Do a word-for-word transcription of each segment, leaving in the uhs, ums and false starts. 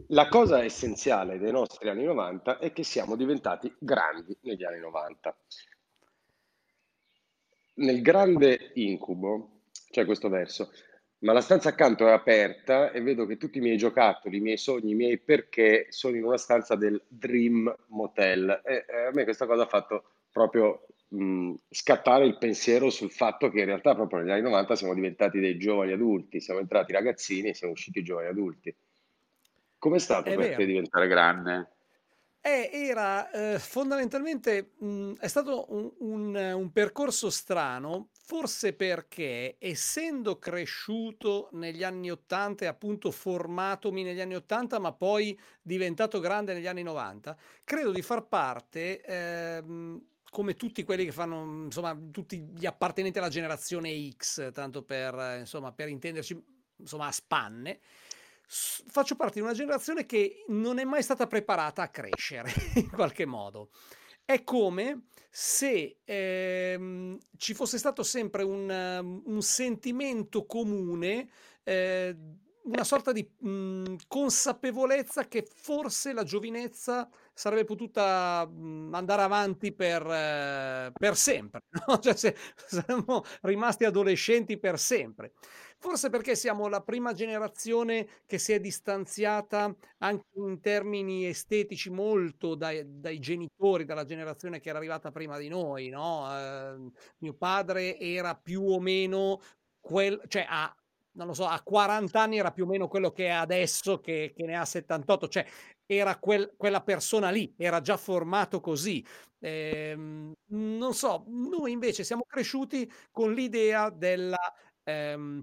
La cosa essenziale dei nostri anni novanta è che siamo diventati grandi negli anni novanta. Nel grande incubo c'è questo verso, ma la stanza accanto è aperta e vedo che tutti i miei giocattoli, i miei sogni, i miei perché sono in una stanza del Dream Motel. E, e a me questa cosa ha fatto proprio mh, scattare il pensiero sul fatto che in realtà proprio negli anni novanta siamo diventati dei giovani adulti, siamo entrati ragazzini e siamo usciti giovani adulti. Com'è stato È per te vero. diventare grande? Eh, era, ehm, fondamentalmente, mhmm, è stato un un un percorso strano, forse perché essendo cresciuto negli anni 'ottanta e appunto formatomi negli anni 'ottanta, ma poi diventato grande negli anni 'novanta, credo di far parte, ehm, come tutti quelli che fanno, mhmm, insomma, tutti gli appartenenti alla generazione X, tanto per, eh, insomma, per intenderci, insomma, a spanne. S Faccio parte di una generazione che non è mai stata preparata a crescere in qualche modo. È come se, ehm, ci fosse stato sempre un um, un sentimento comune, ehm, una sorta di, mhmm, consapevolezza che forse la giovinezza sarebbe potuta, mhmm, andare avanti per eh, per sempre, no, cioè se saremmo rimasti adolescenti per sempre. Forse perché siamo la prima generazione che si è distanziata anche in termini estetici molto dai dai genitori, dalla generazione che era arrivata prima di noi, no, ehm, mio padre era più o meno quel cioè a non lo so, a quaranta anni era più o meno quello che è adesso che che ne ha settantotto, cioè era quel quella persona lì, era già formato così. Ehm, non so, noi invece siamo cresciuti con l'idea della ehm,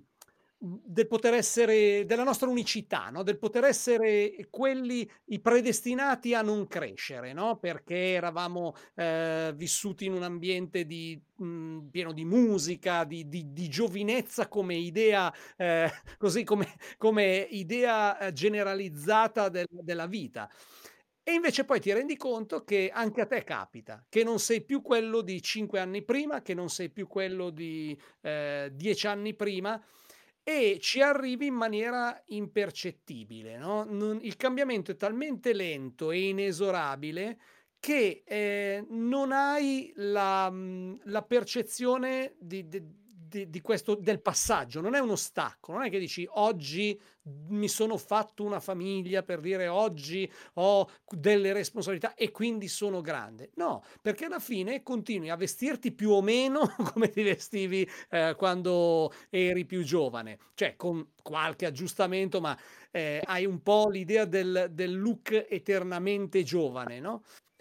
del poter essere della nostra unicità, no, del poter essere quelli i predestinati a non crescere, no, perché eravamo, ehm, vissuti in un ambiente di mhmm, pieno di musica, di di di giovinezza come idea, ehm, così come come idea, ehm, generalizzata del della vita. E invece poi ti rendi conto che anche a te capita, che non sei più quello di cinque anni prima, che non sei più quello di, ehm, dieci anni prima e ci arrivi in maniera impercettibile, no, non il cambiamento è talmente lento e inesorabile che, ehm, non hai la mhmm, la percezione di de di di questo del passaggio, non è uno stacco, non è che dici: "Oggi mi sono fatto una famiglia", per dire, "Oggi ho q delle responsabilità e quindi sono grande". No, perché alla fine continui a vestirti più o meno come ti vestivi, ehm, quando eri più giovane, cioè con qualche aggiustamento, ma, ehm, hai un po' l'idea del del look eternamente giovane, no,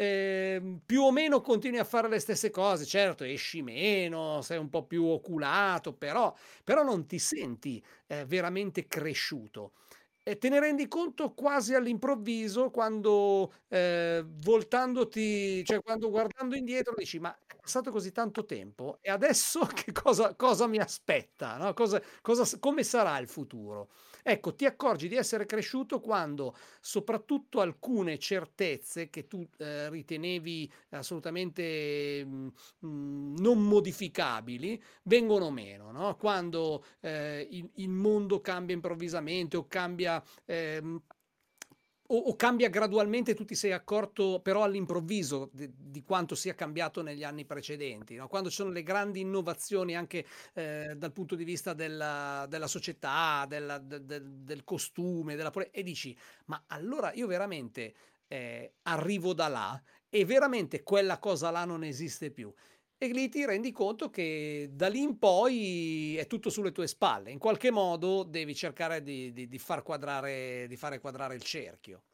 ehm, più o meno continui a fare le stesse cose, certo esci meno, sei un po' più oculato, però però non ti senti, ehm, veramente cresciuto. E te ne rendi conto quasi all'improvviso quando, ehm, voltandoti cioè quando guardando indietro dici: "Ma è passato così tanto tempo e adesso che cosa cosa mi aspetta, no, cosa cosa s come sarà il futuro?" Ecco, ti accorgi di essere cresciuto quando soprattutto alcune certezze che tu, ehm, ritenevi assolutamente, mhmm, mhmm, non modificabili, vengono meno, no, quando, ehm, il il mondo cambia improvvisamente o cambia, ehm, o o cambia gradualmente, tu ti sei accorto però all'improvviso de di quanto sia cambiato negli anni precedenti, no, quando ci sono le grandi innovazioni anche, ehm, dal punto di vista della della società, della de del del costume, della pole e dici: "Ma allora io veramente, ehm, arrivo da là e veramente quella cosa là non esiste più?" E lì ti rendi conto che da lì in poi è tutto sulle tue spalle. In qualche modo devi cercare di di di far quadrare di fare quadrare il cerchio.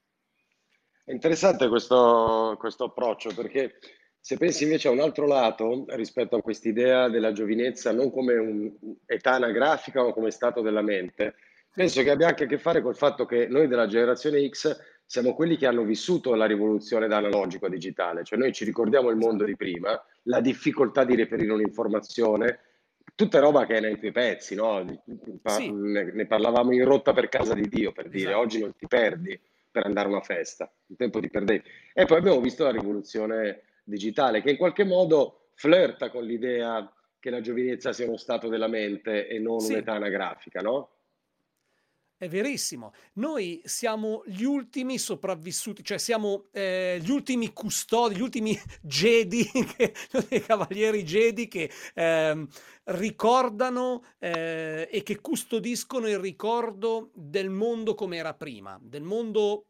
È interessante questo, questo approccio perché se pensi invece a un altro lato rispetto a quest'idea della giovinezza non come un'età anagrafica ma come stato della mente, Sì, penso che abbia anche a che fare col fatto che noi della generazione X siamo quelli che hanno vissuto la rivoluzione da analogico a digitale, cioè noi ci ricordiamo il mondo esatto. di prima, la difficoltà di reperire un'informazione, tutta roba che è nei tuoi pezzi, no? Pa- Sì, Ne ne parlavamo in rotta per casa di Dio, per dire, oggi esatto. non ti perdi per andare a una festa, un tempo ti perdevi. E poi abbiamo visto la rivoluzione digitale, che in qualche modo flirta con l'idea che la giovinezza sia uno stato della mente e non Sì. un'età anagrafica, no? È verissimo. Noi siamo gli ultimi sopravvissuti, cioè siamo eh, gli ultimi custodi, gli ultimi Jedi, che, i cavalieri Jedi che ehm, ricordano eh, e che custodiscono il ricordo del mondo come era prima, del mondo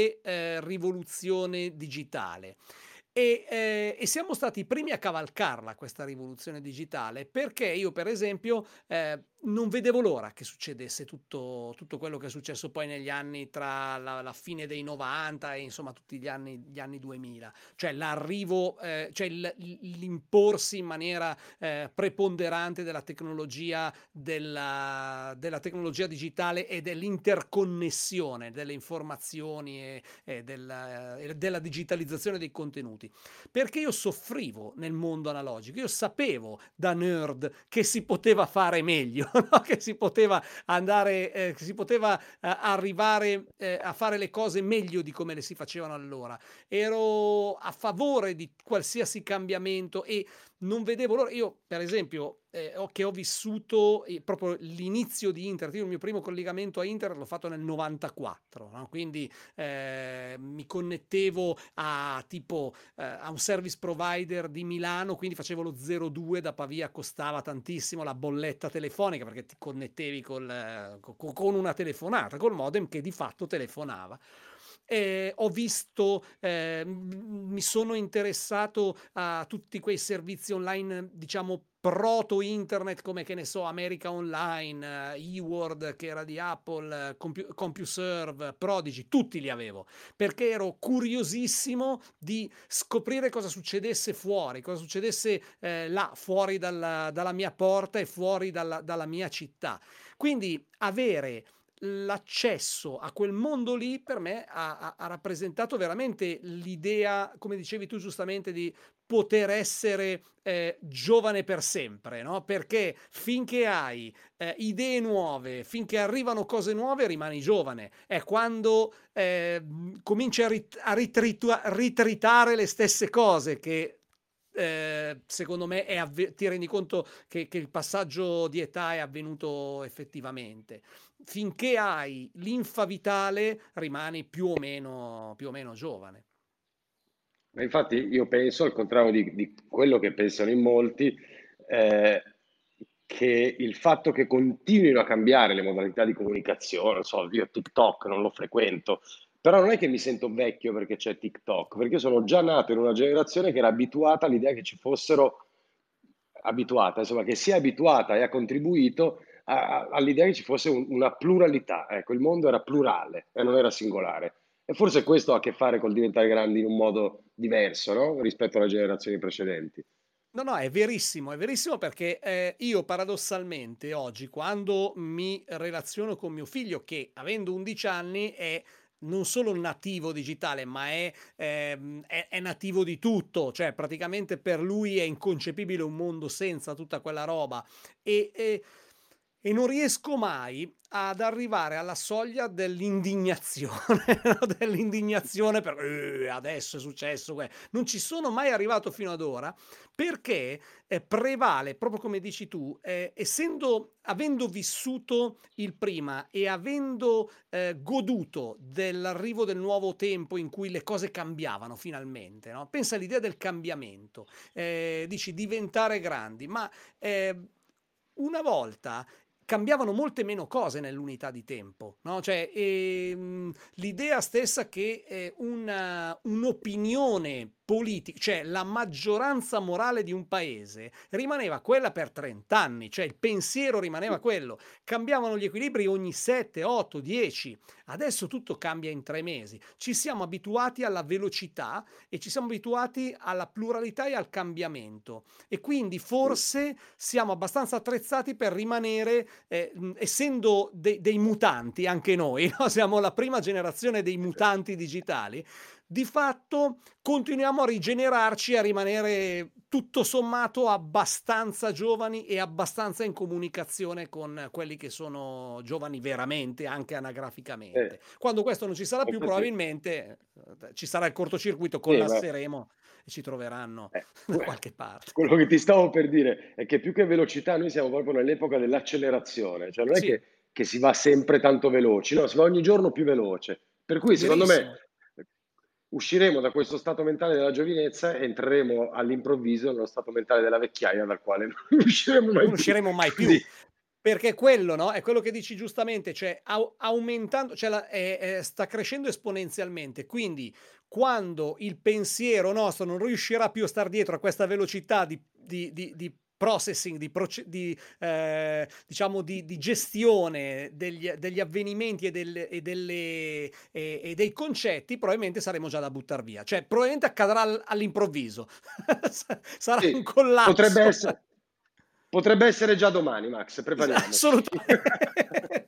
pre-rivoluzione digitale. E, eh, e siamo stati i primi a cavalcarla questa rivoluzione digitale, perché io per esempio eh, non vedevo l'ora che succedesse tutto, tutto quello che è successo poi negli anni tra la, la fine dei novanta e insomma tutti gli anni, gli anni duemila, cioè l'arrivo, eh, cioè il- l'imporsi in maniera eh, preponderante della tecnologia, della, della tecnologia digitale e dell'interconnessione delle informazioni e, e della, e della digitalizzazione dei contenuti. Perché io soffrivo nel mondo analogico, io sapevo da nerd che si poteva fare meglio, no? Che si poteva andare, eh, che si poteva eh, arrivare eh, a fare le cose meglio di come le si facevano allora. Ero a favore di qualsiasi cambiamento e non vedevo l'ora. Io, per esempio, eh, ho, che ho vissuto eh, proprio l'inizio di internet. Io il mio primo collegamento a internet l'ho fatto nel novantaquattro, no? Quindi eh, mi connettevo a tipo eh, a un service provider di Milano, quindi facevo lo zero due da Pavia, costava tantissimo la bolletta telefonica perché ti connettevi col, eh, co- con una telefonata, col modem che di fatto telefonava. Eh, ho visto, eh, m- mi sono interessato a tutti quei servizi online, diciamo, proto internet come, che ne so, America Online, eh, eWorld che era di Apple, eh, Compu- CompuServe, Prodigy, tutti li avevo perché ero curiosissimo di scoprire cosa succedesse fuori, cosa succedesse eh, là, fuori dalla, dalla mia porta e fuori dalla, dalla mia città. Quindi avere l'accesso a quel mondo lì per me ha, ha- ha rappresentato veramente l'idea, come dicevi tu giustamente, di poter essere eh, giovane per sempre, no? Perché finché hai eh, idee nuove, finché arrivano cose nuove, rimani giovane. È quando eh, cominci a, rit- a ritritua- ritritare le stesse cose che eh, secondo me è avve- ti rendi conto che, che il passaggio di età è avvenuto effettivamente. Finché hai linfa vitale rimani più o meno, più o meno giovane. Ma infatti io penso, al contrario di, di quello che pensano in molti, eh, che il fatto che continuino a cambiare le modalità di comunicazione, non so, io TikTok non lo frequento, però non è che mi sento vecchio perché c'è TikTok, perché io sono già nato in una generazione che era abituata all'idea che ci fossero, abituata, insomma, che si è abituata e ha contribuito a- a- all'idea che ci fosse un- una pluralità. Ecco, il mondo era plurale e non era singolare. E forse questo ha a che fare col diventare grandi in un modo diverso, no? Rispetto alle generazioni precedenti. No, no, è verissimo, è verissimo perché eh, io paradossalmente oggi quando mi relaziono con mio figlio che avendo undici anni è non solo nativo digitale ma è, ehm, è- è nativo di tutto, cioè praticamente per lui è inconcepibile un mondo senza tutta quella roba e, e- e non riesco mai ad arrivare alla soglia dell'indignazione, no? Dell'indignazione per "Eh, adesso è successo, que-". Non ci sono mai arrivato fino ad ora perché eh, prevale, proprio come dici tu, eh, essendo, avendo vissuto il prima e avendo eh, goduto dell'arrivo del nuovo tempo in cui le cose cambiavano finalmente, no? Pensa all'idea del cambiamento, eh, dici diventare grandi, ma eh, una volta cambiavano molte meno cose nell'unità di tempo, no? Cioè, ehm, l'idea stessa che eh, una, un'opinione politica, cioè la maggioranza morale di un paese rimaneva quella per trenta anni, cioè il pensiero rimaneva quello. Cambiavano gli equilibri ogni sette, otto, dieci. Adesso tutto cambia in tre mesi. Ci siamo abituati alla velocità e ci siamo abituati alla pluralità e al cambiamento. E quindi forse siamo abbastanza attrezzati per rimanere, eh, essendo de- dei mutanti anche noi, no? Siamo la prima generazione dei mutanti digitali, di fatto continuiamo a rigenerarci e a rimanere tutto sommato abbastanza giovani e abbastanza in comunicazione con quelli che sono giovani veramente, anche Eh, anagraficamente. Quando questo non ci sarà più, infatti, probabilmente eh, ci sarà il cortocircuito, sì, ma collasseremo e ci troveranno Eh, da que- qualche parte. quello che ti stavo per dire è che più che velocità noi siamo proprio nell'epoca dell'accelerazione, cioè non è che Sì, che si va sempre tanto veloci, no, si va ogni giorno più veloce. Per cui secondo me Verissimo. usciremo da questo stato mentale della giovinezza e entreremo all'improvviso nello stato mentale della vecchiaia dal quale non usciremo mai Non più. usciremo mai più. Quindi Perché quello, no, è quello che dici giustamente, cioè au aumentando cioè la è è sta crescendo esponenzialmente, quindi quando il pensiero nostro non riuscirà più a star dietro a questa velocità di di di di processing, di proce di ehm, diciamo di di gestione degli degli avvenimenti e del e delle e e dei concetti, probabilmente saremo già da buttar via. Cioè, probabilmente accadrà al all'improvviso. Sa sarà un sì, potrebbe collasso. esse potrebbe essere già domani, Max, Esa prepariamoci. assolutame